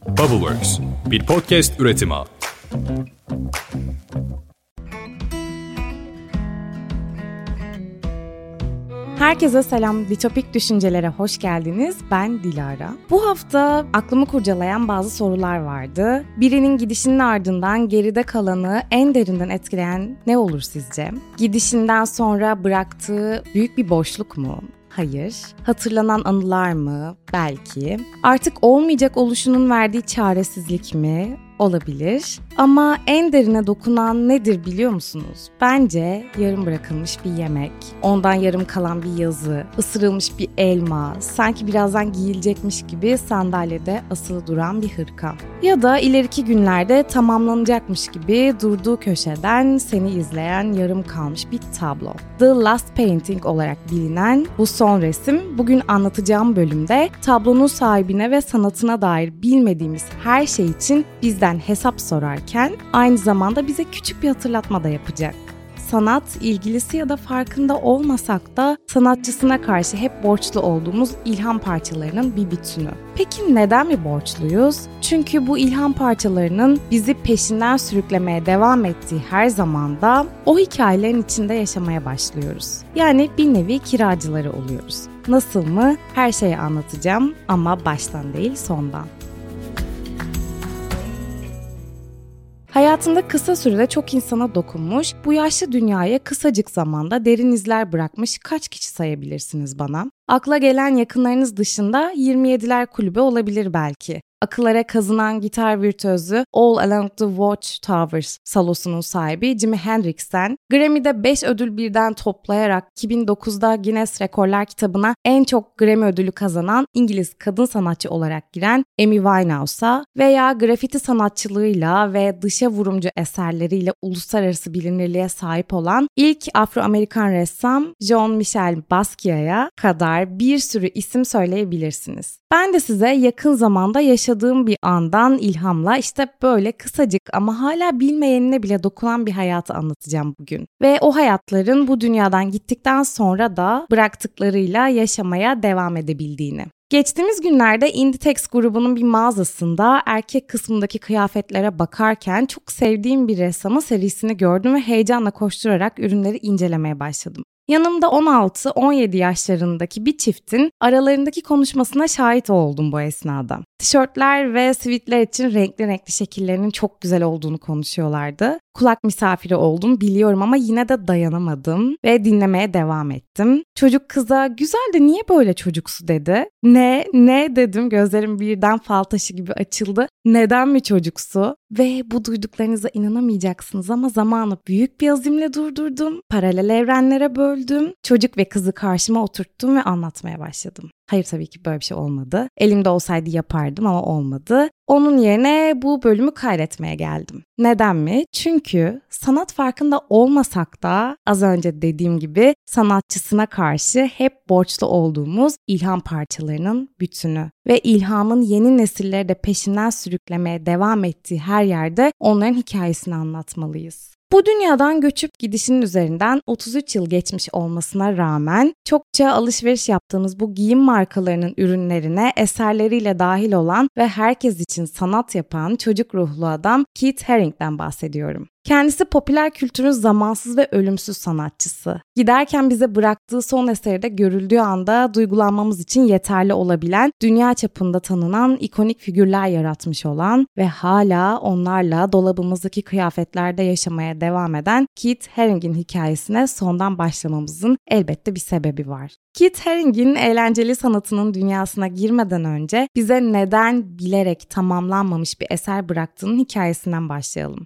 Bubbleworks, bir podcast üretimi. Herkese selam, Ditopik Düşüncelere hoş geldiniz. Ben Dilara. Bu hafta aklımı kurcalayan bazı sorular vardı. Birinin gidişinin ardından geride kalanı en derinden etkileyen ne olur sizce? Gidişinden sonra bıraktığı büyük bir boşluk mu? Hayır. Hatırlanan anılar mı? Belki. Artık olmayacak oluşunun verdiği çaresizlik mi? Olabilir. Ama en derine dokunan nedir biliyor musunuz? Bence yarım bırakılmış bir yemek, ondan yarım kalan bir yazı, ısırılmış bir elma, sanki birazdan giyilecekmiş gibi sandalyede asılı duran bir hırka. Ya da ileriki günlerde tamamlanacakmış gibi durduğu köşeden seni izleyen yarım kalmış bir tablo. The Last Painting olarak bilinen bu son resim, bugün anlatacağım bölümde tablonun sahibine ve sanatına dair bilmediğimiz her şey için bizden hesap sorarken aynı zamanda bize küçük bir hatırlatma da yapacak. Sanat, ilgilisi ya da farkında olmasak da sanatçısına karşı hep borçlu olduğumuz ilham parçalarının bir bütünü. Peki neden mi borçluyuz? Çünkü bu ilham parçalarının bizi peşinden sürüklemeye devam ettiği her zamanda o hikayelerin içinde yaşamaya başlıyoruz. Yani bir nevi kiracıları oluyoruz. Nasıl mı? Her şeyi anlatacağım ama baştan değil sondan. Hayatında kısa sürede çok insana dokunmuş, bu yaşlı dünyaya kısacık zamanda derin izler bırakmış kaç kişi sayabilirsiniz bana? Akla gelen yakınlarınız dışında 27'ler kulübü olabilir belki. Akıllara kazınan gitar virtüözü All Along the Watchtowers salosunun sahibi Jimi Hendrix'ten, Grammy'de 5 ödül birden toplayarak 2009'da Guinness Rekorlar kitabına en çok Grammy ödülü kazanan İngiliz kadın sanatçı olarak giren Amy Winehouse'a veya grafiti sanatçılığıyla ve dışa vurumcu eserleriyle uluslararası bilinirliğe sahip olan ilk Afro-Amerikan ressam Jean-Michel Basquiat'a kadar bir sürü isim söyleyebilirsiniz. Ben de size yakın zamanda yaşadığım bir andan ilhamla işte böyle kısacık ama hala bilmeyenine bile dokunan bir hayatı anlatacağım bugün. Ve o hayatların bu dünyadan gittikten sonra da bıraktıklarıyla yaşamaya devam edebildiğini. Geçtiğimiz günlerde Inditex grubunun bir mağazasında erkek kısmındaki kıyafetlere bakarken çok sevdiğim bir ressamın serisini gördüm ve heyecanla koşturarak ürünleri incelemeye başladım. Yanımda 16-17 yaşlarındaki bir çiftin aralarındaki konuşmasına şahit oldum bu esnada. Tişörtler ve sivitler için renkli şekillerinin çok güzel olduğunu konuşuyorlardı. Kulak misafiri oldum biliyorum ama yine de dayanamadım ve dinlemeye devam ettim. Çocuk kıza güzel de niye böyle çocuksu dedi. Ne dedim, gözlerim birden fal taşı gibi açıldı. Neden mi çocuksu? Ve bu duyduklarınıza inanamayacaksınız ama zamanı büyük bir azimle durdurdum. Paralel evrenlere böldüm. Çocuk ve kızı karşıma oturttum ve anlatmaya başladım. Hayır, tabii ki böyle bir şey olmadı. Elimde olsaydı yapardım ama olmadı. Onun yerine bu bölümü kaydetmeye geldim. Neden mi? Çünkü sanat farkında olmasak da az önce dediğim gibi sanatçısına karşı hep borçlu olduğumuz ilham parçalarının bütünü. Ve ilhamın yeni nesilleri de peşinden sürüklemeye devam ettiği her yerde onların hikayesini anlatmalıyız. Bu dünyadan göçüp gidişinin üzerinden 33 yıl geçmiş olmasına rağmen çokça alışveriş yaptığımız bu giyim markalarının ürünlerine eserleriyle dahil olan ve herkes için sanat yapan çocuk ruhlu adam Keith Haring'den bahsediyorum. Kendisi popüler kültürün zamansız ve ölümsüz sanatçısı. Giderken bize bıraktığı son eseri de görüldüğü anda duygulanmamız için yeterli olabilen, dünya çapında tanınan ikonik figürler yaratmış olan ve hala onlarla dolabımızdaki kıyafetlerde yaşamaya devam eden Keith Haring'in hikayesine sondan başlamamızın elbette bir sebebi var. Keith Haring'in eğlenceli sanatının dünyasına girmeden önce bize neden bilerek tamamlanmamış bir eser bıraktığının hikayesinden başlayalım.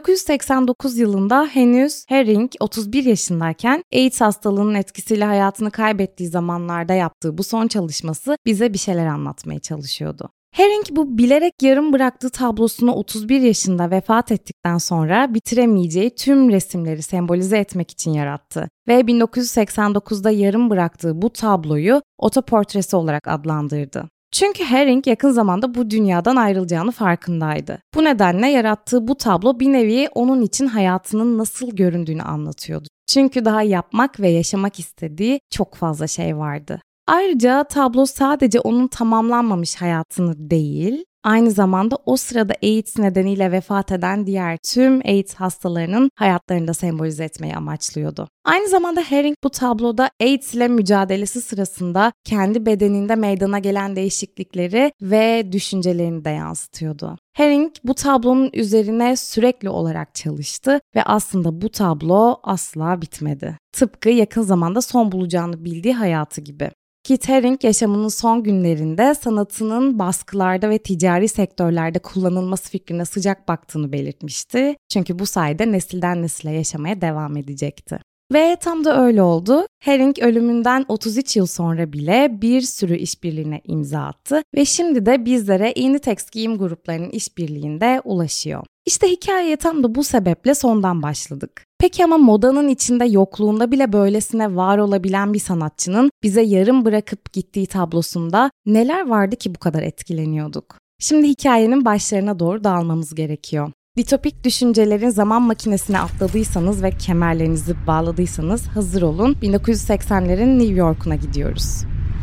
1989 yılında henüz Haring 31 yaşındayken AIDS hastalığının etkisiyle hayatını kaybettiği zamanlarda yaptığı bu son çalışması bize bir şeyler anlatmaya çalışıyordu. Haring bu bilerek yarım bıraktığı tablosunu 31 yaşında vefat ettikten sonra bitiremeyeceği tüm resimleri sembolize etmek için yarattı ve 1989'da yarım bıraktığı bu tabloyu otoportresi olarak adlandırdı. Çünkü Haring yakın zamanda bu dünyadan ayrılacağını farkındaydı. Bu nedenle yarattığı bu tablo bir nevi onun için hayatının nasıl göründüğünü anlatıyordu. Çünkü daha yapmak ve yaşamak istediği çok fazla şey vardı. Ayrıca tablo sadece onun tamamlanmamış hayatını değil, Aynı zamanda o sırada AIDS nedeniyle vefat eden diğer tüm AIDS hastalarının hayatlarını da sembolize etmeyi amaçlıyordu. Aynı zamanda Herring bu tabloda AIDS ile mücadelesi sırasında kendi bedeninde meydana gelen değişiklikleri ve düşüncelerini de yansıtıyordu. Herring bu tablonun üzerine sürekli olarak çalıştı ve aslında bu tablo asla bitmedi. Tıpkı yakın zamanda son bulacağını bildiği hayatı gibi. Keith Haring yaşamının son günlerinde sanatının baskılarda ve ticari sektörlerde kullanılması fikrine sıcak baktığını belirtmişti. Çünkü bu sayede nesilden nesile yaşamaya devam edecekti. Ve tam da öyle oldu. Haring ölümünden 33 yıl sonra bile bir sürü işbirliğine imza attı ve şimdi de bizlere Inditex giyim gruplarının işbirliğinde ulaşıyor. İşte hikayeye tam da bu sebeple sondan başladık. Peki ama modanın içinde yokluğunda bile böylesine var olabilen bir sanatçının bize yarım bırakıp gittiği tablosunda neler vardı ki bu kadar etkileniyorduk? Şimdi hikayenin başlarına doğru dağılmamız gerekiyor. Ditopik düşüncelerin zaman makinesine atladıysanız ve kemerlerinizi bağladıysanız hazır olun. 1980'lerin New York'una gidiyoruz.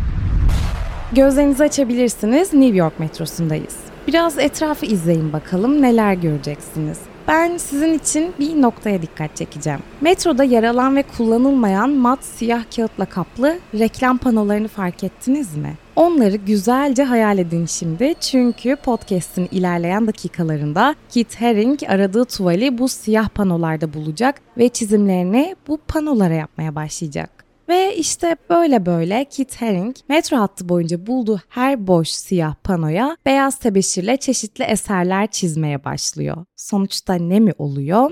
Gözlerinizi açabilirsiniz. New York metrosundayız. Biraz etrafı izleyin bakalım neler göreceksiniz. Ben sizin için bir noktaya dikkat çekeceğim. Metroda yer alan ve kullanılmayan mat siyah kağıtla kaplı reklam panolarını fark ettiniz mi? Onları güzelce hayal edin şimdi çünkü podcast'in ilerleyen dakikalarında Keith Haring aradığı tuvali bu siyah panolarda bulacak ve çizimlerini bu panolara yapmaya başlayacak. Ve işte böyle Keith Haring metro hattı boyunca bulduğu her boş siyah panoya beyaz tebeşirle çeşitli eserler çizmeye başlıyor. Sonuçta ne mi oluyor?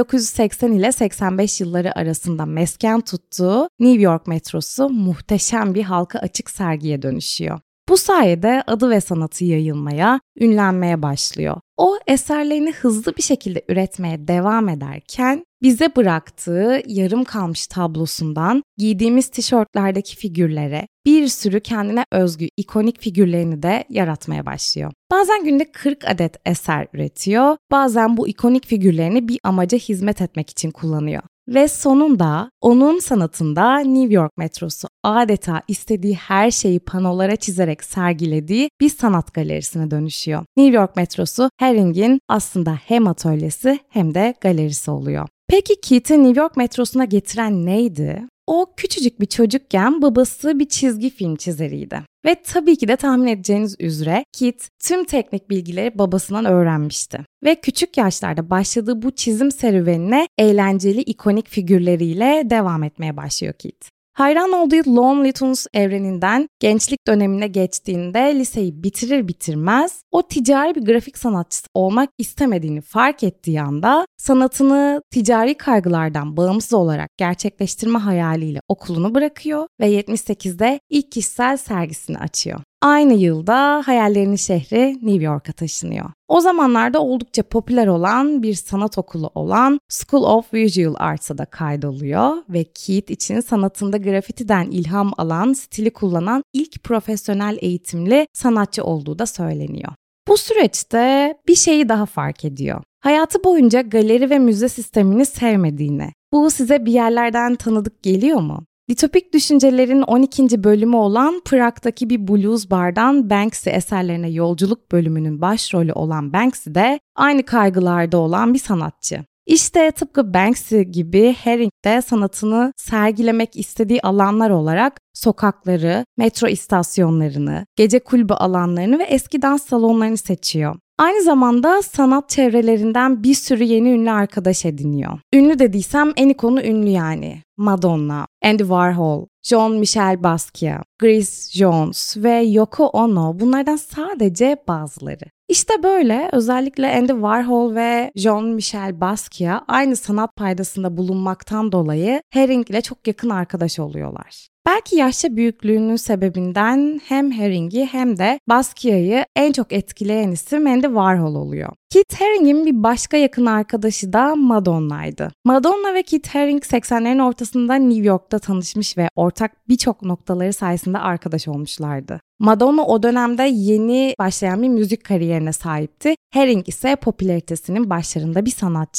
1980 ile 85 yılları arasında mesken tuttuğu New York metrosu muhteşem bir halka açık sergiye dönüşüyor. Bu sayede adı ve sanatı yayılmaya, ünlenmeye başlıyor. O eserlerini hızlı bir şekilde üretmeye devam ederken bize bıraktığı yarım kalmış tablosundan giydiğimiz tişörtlerdeki figürlere bir sürü kendine özgü ikonik figürlerini de yaratmaya başlıyor. Bazen günde 40 adet eser üretiyor, bazen bu ikonik figürlerini bir amaca hizmet etmek için kullanıyor. Ve sonunda onun sanatında New York metrosu adeta istediği her şeyi panolara çizerek sergilediği bir sanat galerisine dönüşüyor. New York metrosu Haring'in aslında hem atölyesi hem de galerisi oluyor. Peki Keith'i New York metrosuna getiren neydi? O küçücük bir çocukken babası bir çizgi film çizeriydi. Ve tabii ki de tahmin edeceğiniz üzere Keith tüm teknik bilgileri babasından öğrenmişti. Ve küçük yaşlarda başladığı bu çizim serüvenine eğlenceli ikonik figürleriyle devam etmeye başlıyor Keith. Hayran olduğu Looney Tunes evreninden gençlik dönemine geçtiğinde liseyi bitirir bitirmez o ticari bir grafik sanatçısı olmak istemediğini fark ettiği anda sanatını ticari kaygılardan bağımsız olarak gerçekleştirme hayaliyle okulunu bırakıyor ve 78'de ilk kişisel sergisini açıyor. Aynı yılda hayallerinin şehri New York'a taşınıyor. O zamanlarda oldukça popüler olan bir sanat okulu olan School of Visual Arts'a da kaydoluyor ve Keith için sanatında grafitiden ilham alan, stili kullanan ilk profesyonel eğitimli sanatçı olduğu da söyleniyor. Bu süreçte bir şeyi daha fark ediyor. Hayatı boyunca galeri ve müze sistemini sevmediğini. Bu size bir yerlerden tanıdık geliyor mu? Ditopik düşüncelerin 12. bölümü olan Prag'daki bir blues bardan Banksy eserlerine yolculuk bölümünün başrolü olan Banksy de aynı kaygılarda olan bir sanatçı. İşte tıpkı Banksy gibi Haring de sanatını sergilemek istediği alanlar olarak sokakları, metro istasyonlarını, gece kulübü alanlarını ve eski dans salonlarını seçiyor. Aynı zamanda sanat çevrelerinden bir sürü yeni ünlü arkadaş ediniyor. Ünlü dediysem en ikonu ünlü yani. Madonna, Andy Warhol, Jean-Michel Basquiat, Grace Jones ve Yoko Ono bunlardan sadece bazıları. İşte böyle özellikle Andy Warhol ve Jean-Michel Basquiat aynı sanat paydasında bulunmaktan dolayı Haring ile çok yakın arkadaş oluyorlar. Belki yaşça büyüklüğünün sebebinden hem Haring'i hem de Basquiat'ı en çok etkileyen isim Andy Warhol oluyor. Keith Haring'in bir başka yakın arkadaşı da Madonna'ydı. Madonna ve Keith Haring 80'lerin ortasında New York'ta tanışmış ve ortak birçok noktaları sayesinde arkadaş olmuşlardı. Madonna o dönemde yeni başlayan bir müzik kariyerine sahipti. Haring ise popülaritesinin başlarında bir sanatçıydı.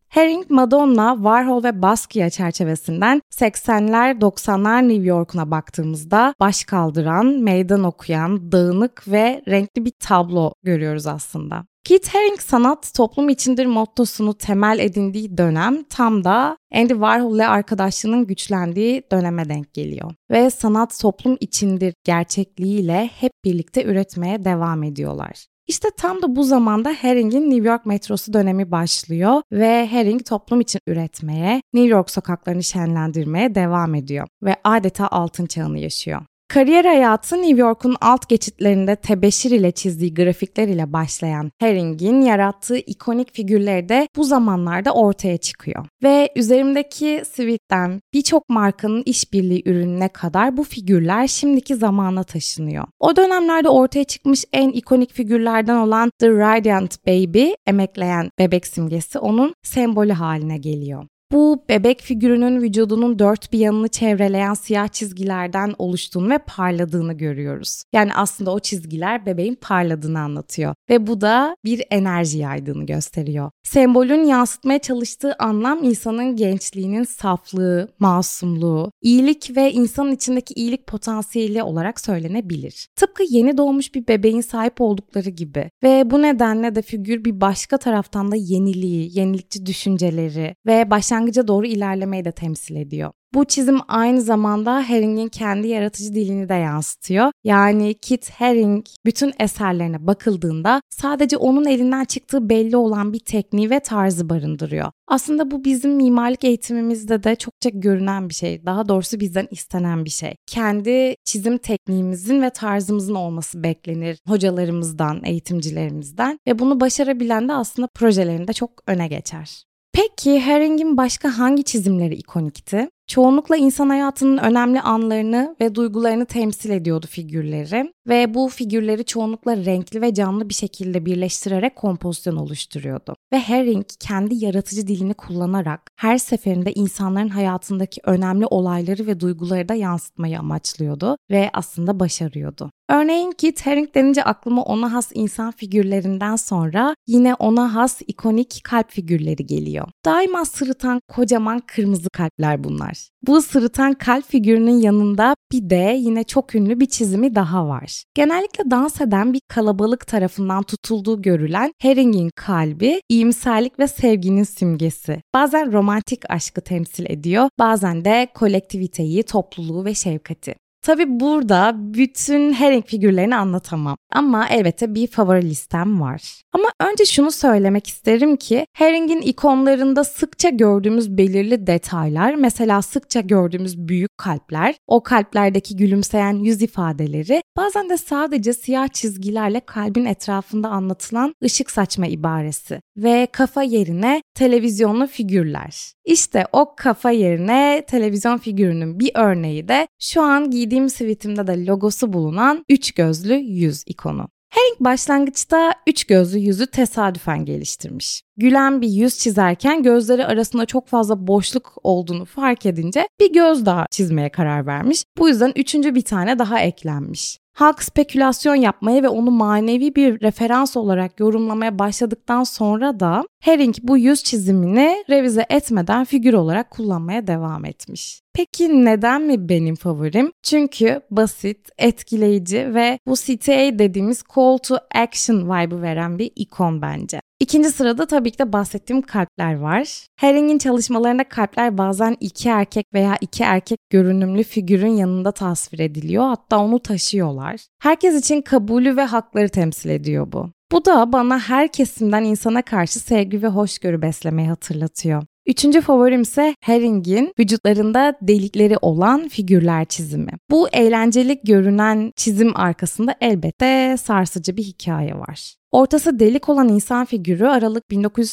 Herring, Madonna, Warhol ve Basquiat çerçevesinden 80'ler 90'lar New York'una baktığımızda baş kaldıran, meydan okuyan, dağınık ve renkli bir tablo görüyoruz aslında. Keith Haring sanat toplum içindir mottosunu temel edindiği dönem tam da Andy Warhol ile arkadaşlığının güçlendiği döneme denk geliyor. Ve sanat toplum içindir gerçekliğiyle hep birlikte üretmeye devam ediyorlar. İşte tam da bu zamanda Haring'in New York metrosu dönemi başlıyor ve Haring toplum için üretmeye, New York sokaklarını şenlendirmeye devam ediyor ve adeta altın çağını yaşıyor. Kariyer hayatı New York'un alt geçitlerinde tebeşir ile çizdiği grafikler ile başlayan Haring'in yarattığı ikonik figürleri de bu zamanlarda ortaya çıkıyor. Ve üzerimdeki sweat'ten birçok markanın işbirliği ürününe kadar bu figürler şimdiki zamana taşınıyor. O dönemlerde ortaya çıkmış en ikonik figürlerden olan The Radiant Baby, emekleyen bebek simgesi onun sembolü haline geliyor. Bu bebek figürünün vücudunun dört bir yanını çevreleyen siyah çizgilerden oluştuğunu ve parladığını görüyoruz. Yani aslında o çizgiler bebeğin parladığını anlatıyor ve bu da bir enerji yaydığını gösteriyor. Sembolün yansıtmaya çalıştığı anlam insanın gençliğinin saflığı, masumluğu, iyilik ve insanın içindeki iyilik potansiyeli olarak söylenebilir. Tıpkı yeni doğmuş bir bebeğin sahip oldukları gibi ve bu nedenle de figür bir başka taraftan da yeniliği, yenilikçi düşünceleri ve başlangıca doğru ilerlemeyi de temsil ediyor. Bu çizim aynı zamanda Haring'in kendi yaratıcı dilini de yansıtıyor. Yani Keith Haring bütün eserlerine bakıldığında sadece onun elinden çıktığı belli olan bir tekniği ve tarzı barındırıyor. Aslında bu bizim mimarlık eğitimimizde de çokça görünen bir şey. Daha doğrusu bizden istenen bir şey. Kendi çizim tekniğimizin ve tarzımızın olması beklenir hocalarımızdan, eğitimcilerimizden ve bunu başarabilen de aslında projelerinde çok öne geçer. Peki Haring'in başka hangi çizimleri ikonikti? Çoğunlukla insan hayatının önemli anlarını ve duygularını temsil ediyordu figürleri ve bu figürleri çoğunlukla renkli ve canlı bir şekilde birleştirerek kompozisyon oluşturuyordu. Ve Haring kendi yaratıcı dilini kullanarak her seferinde insanların hayatındaki önemli olayları ve duyguları da yansıtmayı amaçlıyordu ve aslında başarıyordu. Örneğin Keith Haring denince aklıma ona has insan figürlerinden sonra yine ona has ikonik kalp figürleri geliyor. Daima sırıtan kocaman kırmızı kalpler bunlar. Bu sırıtan kalp figürünün yanında bir de yine çok ünlü bir çizimi daha var. Genellikle dans eden bir kalabalık tarafından tutulduğu görülen Haring'in kalbi, iyimserlik ve sevginin simgesi. Bazen romantik aşkı temsil ediyor, bazen de kolektiviteyi, topluluğu ve şefkati. Tabii burada bütün Haring figürlerini anlatamam ama elbette bir favori listem var. Ama önce şunu söylemek isterim ki Haring'in ikonlarında sıkça gördüğümüz belirli detaylar, mesela sıkça gördüğümüz büyük kalpler, o kalplerdeki gülümseyen yüz ifadeleri, bazen de sadece siyah çizgilerle kalbin etrafında anlatılan ışık saçma ibaresi ve kafa yerine televizyonlu figürler. İşte o kafa yerine televizyon figürünün bir örneği de şu an giydiğim sweatimde de logosu bulunan üç gözlü yüz ikonu. Haring başlangıçta üç gözlü yüzü tesadüfen geliştirmiş. Gülen bir yüz çizerken gözleri arasında çok fazla boşluk olduğunu fark edince bir göz daha çizmeye karar vermiş. Bu yüzden üçüncü bir tane daha eklenmiş. Halk spekülasyon yapmaya ve onu manevi bir referans olarak yorumlamaya başladıktan sonra da Haring bu yüz çizimini revize etmeden figür olarak kullanmaya devam etmiş. Peki neden mi benim favorim? Çünkü basit, etkileyici ve bu CTA dediğimiz call to action vibe'ı veren bir ikon bence. İkinci sırada tabii ki de bahsettiğim kalpler var. Haring'in çalışmalarında kalpler bazen iki erkek veya iki erkek görünümlü figürün yanında tasvir ediliyor. Hatta onu taşıyorlar. Herkes için kabulü ve hakları temsil ediyor bu. Bu da bana her kesimden insana karşı sevgi ve hoşgörü beslemeyi hatırlatıyor. Üçüncü favorim ise Haring'in vücutlarında delikleri olan figürler çizimi. Bu eğlenceli görünen çizim arkasında elbette sarsıcı bir hikaye var. Ortası delik olan insan figürü Aralık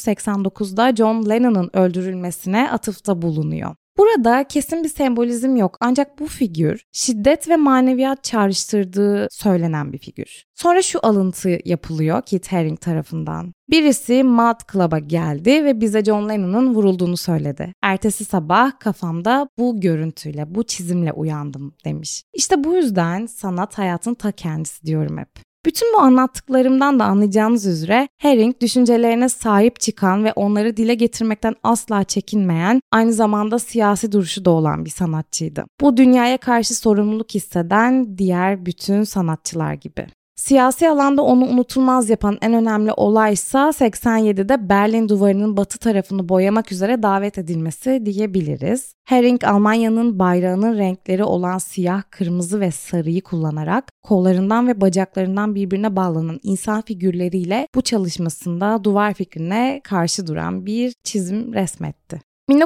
1989'da John Lennon'ın öldürülmesine atıfta bulunuyor. Burada kesin bir sembolizm yok ancak bu figür şiddet ve maneviyat çağrıştırdığı söylenen bir figür. Sonra şu alıntı yapılıyor Keith Haring tarafından. Birisi Mad Club'a geldi ve bize John Lennon'ın vurulduğunu söyledi. Ertesi sabah kafamda bu görüntüyle, bu çizimle uyandım demiş. İşte bu yüzden sanat hayatın ta kendisi diyorum hep. Bütün bu anlattıklarımdan da anlayacağınız üzere Herring düşüncelerine sahip çıkan ve onları dile getirmekten asla çekinmeyen, aynı zamanda siyasi duruşu da olan bir sanatçıydı. Bu dünyaya karşı sorumluluk hisseden diğer bütün sanatçılar gibi. Siyasi alanda onu unutulmaz yapan en önemli olaysa 87'de Berlin Duvarı'nın batı tarafını boyamak üzere davet edilmesi diyebiliriz. Herring, Almanya'nın bayrağının renkleri olan siyah, kırmızı ve sarıyı kullanarak kollarından ve bacaklarından birbirine bağlanan insan figürleriyle bu çalışmasında duvar fikrine karşı duran bir çizim resmetti.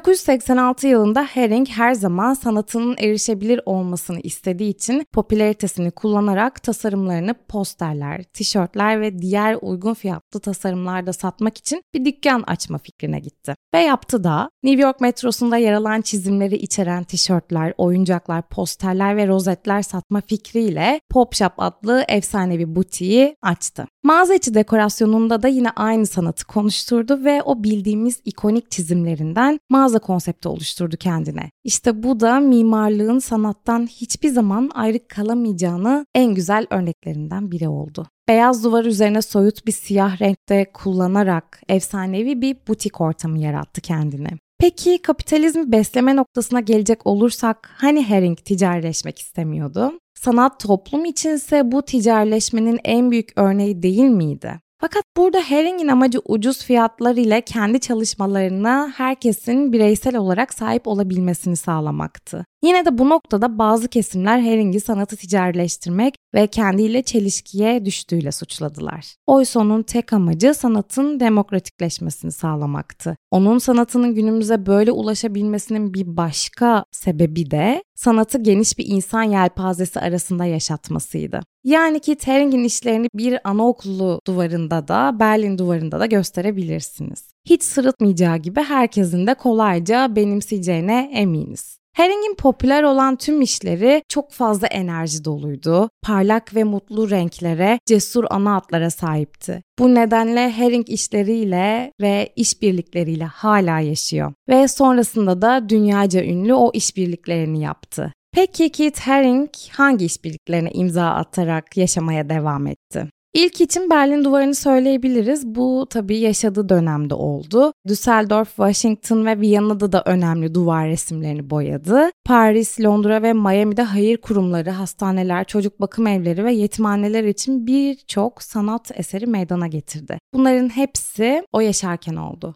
1986 yılında Herring her zaman sanatının erişebilir olmasını istediği için popülaritesini kullanarak tasarımlarını posterler, tişörtler ve diğer uygun fiyatlı tasarımlarda satmak için bir dükkan açma fikrine gitti. Ve yaptı da. New York metrosunda yer alan çizimleri içeren tişörtler, oyuncaklar, posterler ve rozetler satma fikriyle Pop Shop adlı efsanevi butiği açtı. Mağaza içi dekorasyonunda da yine aynı sanatı konuşturdu ve o bildiğimiz ikonik çizimlerinden mağaza konsepti oluşturdu kendine. İşte bu da mimarlığın sanattan hiçbir zaman ayrı kalamayacağını en güzel örneklerinden biri oldu. Beyaz duvar üzerine soyut bir siyah renkte kullanarak efsanevi bir butik ortamı yarattı kendine. Peki kapitalizmi besleme noktasına gelecek olursak hani Herring ticarileşmek istemiyordu? Sanat toplum içinse bu ticarileşmenin en büyük örneği değil miydi? Fakat burada Herring'in amacı ucuz fiyatlar ile kendi çalışmalarına herkesin bireysel olarak sahip olabilmesini sağlamaktı. Yine de bu noktada bazı kesimler Herring'i sanatı ticarileştirmek ve kendiyle çelişkiye düştüğüyle suçladılar. Oysa onun tek amacı sanatın demokratikleşmesini sağlamaktı. Onun sanatının günümüze böyle ulaşabilmesinin bir başka sebebi de sanatı geniş bir insan yelpazesi arasında yaşatmasıydı. Yani ki Herring'in işlerini bir anaokulu duvarında da Berlin duvarında da gösterebilirsiniz. Hiç sırıtmayacağı gibi herkesin de kolayca benimseyeceğine eminiz. Herring'in popüler olan tüm işleri çok fazla enerji doluydu, parlak ve mutlu renklere, cesur ana hatlara sahipti. Bu nedenle Herring işleriyle ve işbirlikleriyle hala yaşıyor ve sonrasında da dünyaca ünlü o işbirliklerini yaptı. Peki Keith Haring hangi işbirliklerine imza atarak yaşamaya devam etti? İlk için Berlin Duvarı'nı söyleyebiliriz. Bu tabii yaşadığı dönemde oldu. Düsseldorf, Washington ve Viyana'da da önemli duvar resimlerini boyadı. Paris, Londra ve Miami'de hayır kurumları, hastaneler, çocuk bakım evleri ve yetimhaneler için birçok sanat eseri meydana getirdi. Bunların hepsi o yaşarken oldu.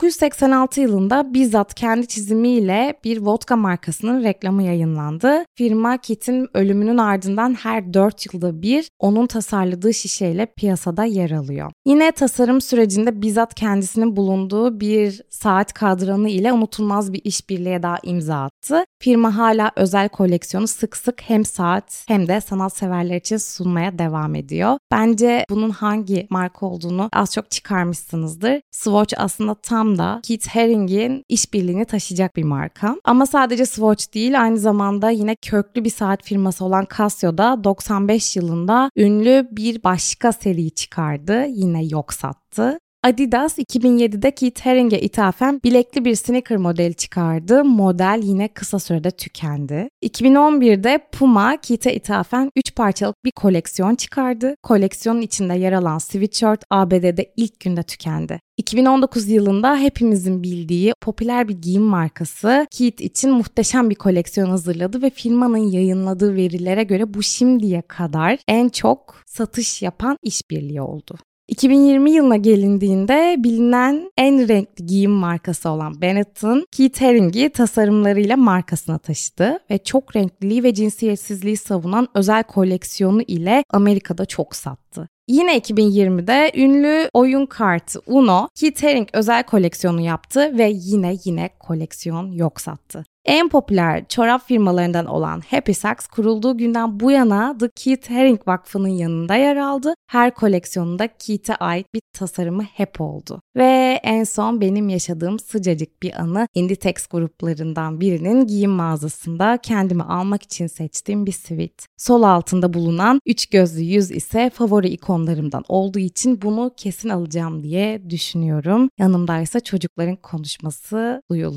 1986 yılında bizzat kendi çizimiyle bir vodka markasının reklamı yayınlandı. Firma Keith'in ölümünün ardından her 4 yılda bir onun tasarladığı şişeyle piyasada yer alıyor. Yine tasarım sürecinde bizzat kendisinin bulunduğu bir saat kadranı ile unutulmaz bir işbirliğe daha imza attı. Firma hala özel koleksiyonu sık sık hem saat hem de sanatseverler için sunmaya devam ediyor. Bence bunun hangi marka olduğunu az çok çıkarmışsınızdır. Swatch aslında tam da Keith Haring'in işbirliğini taşıyacak bir marka. Ama sadece Swatch değil, aynı zamanda yine köklü bir saat firması olan Casio da 95 yılında ünlü bir başka seri çıkardı. Yine yok sattı. Adidas 2007'de Keith Haring'e ithafen bilekli bir sneaker modeli çıkardı. Model yine kısa sürede tükendi. 2011'de Puma Keith'e ithafen 3 parçalık bir koleksiyon çıkardı. Koleksiyonun içinde yer alan sweatshirt ABD'de ilk günde tükendi. 2019 yılında hepimizin bildiği popüler bir giyim markası Keith için muhteşem bir koleksiyon hazırladı ve firmanın yayınladığı verilere göre bu şimdiye kadar en çok satış yapan işbirliği oldu. 2020 yılına gelindiğinde bilinen en renkli giyim markası olan Benetton, Keith Haring'i tasarımlarıyla markasına taşıdı ve çok renkliliği ve cinsiyetsizliği savunan özel koleksiyonu ile Amerika'da çok sattı. Yine 2020'de ünlü oyun kartı Uno, Keith Haring özel koleksiyonu yaptı ve yine koleksiyon yok sattı. En popüler çorap firmalarından olan Happy Sacks kurulduğu günden bu yana The Keith Haring Vakfı'nın yanında yer aldı. Her koleksiyonunda Keith'e ait bir tasarımı hep oldu. Ve en son benim yaşadığım sıcacık bir anı Inditex gruplarından birinin giyim mağazasında kendimi almak için seçtiğim bir sweat. Sol altında bulunan 3 gözlü yüz ise favori ikonlarımdan olduğu için bunu kesin alacağım diye düşünüyorum. Yanımdaysa çocukların konuşması duyuluyor.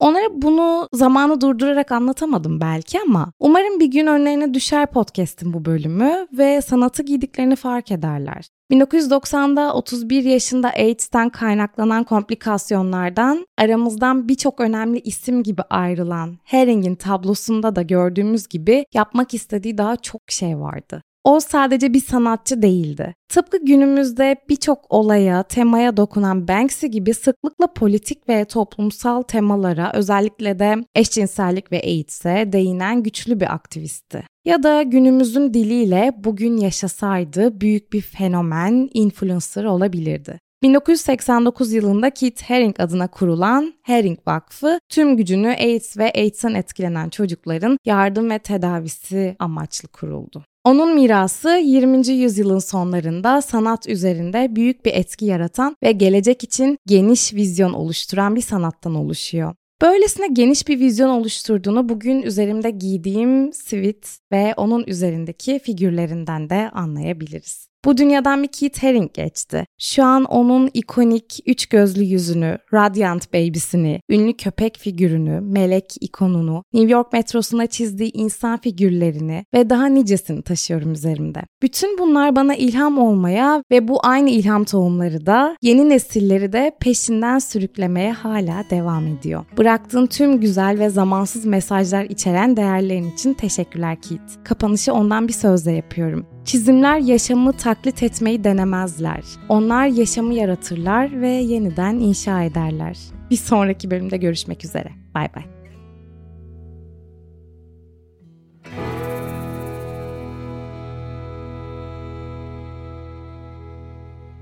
Onlara bunu zamanı durdurarak anlatamadım belki ama umarım bir gün önlerine düşer podcast'in bu bölümü ve sanatı giydiklerini fark ederler. 1990'da 31 yaşında AIDS'ten kaynaklanan komplikasyonlardan aramızdan birçok önemli isim gibi ayrılan Herring'in tablosunda da gördüğümüz gibi yapmak istediği daha çok şey vardı. O sadece bir sanatçı değildi. Tıpkı günümüzde birçok olaya, temaya dokunan Banksy gibi sıklıkla politik ve toplumsal temalara, özellikle de eşcinsellik ve AIDS'e değinen güçlü bir aktivistti. Ya da günümüzün diliyle bugün yaşasaydı büyük bir fenomen, influencer olabilirdi. 1989 yılında Keith Haring adına kurulan Haring Vakfı, tüm gücünü AIDS ve AIDS'ten etkilenen çocukların yardım ve tedavisi amaçlı kuruldu. Onun mirası 20. yüzyılın sonlarında sanat üzerinde büyük bir etki yaratan ve gelecek için geniş vizyon oluşturan bir sanattan oluşuyor. Böylesine geniş bir vizyon oluşturduğunu bugün üzerimde giydiğim sivit ve onun üzerindeki figürlerinden de anlayabiliriz. Bu dünyadan bir Keith Haring geçti. Şu an onun ikonik üç gözlü yüzünü, Radiant Baby'sini, ünlü köpek figürünü, melek ikonunu, New York metrosuna çizdiği insan figürlerini ve daha nicesini taşıyorum üzerimde. Bütün bunlar bana ilham olmaya ve bu aynı ilham tohumları da yeni nesilleri de peşinden sürüklemeye hala devam ediyor. Bıraktığın tüm güzel ve zamansız mesajlar içeren değerlerin için teşekkürler Keith. Kapanışı ondan bir sözle yapıyorum. Çizimler yaşamı taklit etmeyi denemezler. Onlar yaşamı yaratırlar ve yeniden inşa ederler. Bir sonraki bölümde görüşmek üzere. Bay bay.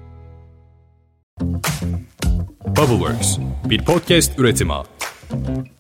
Bubbleworks, bir podcast üretimi.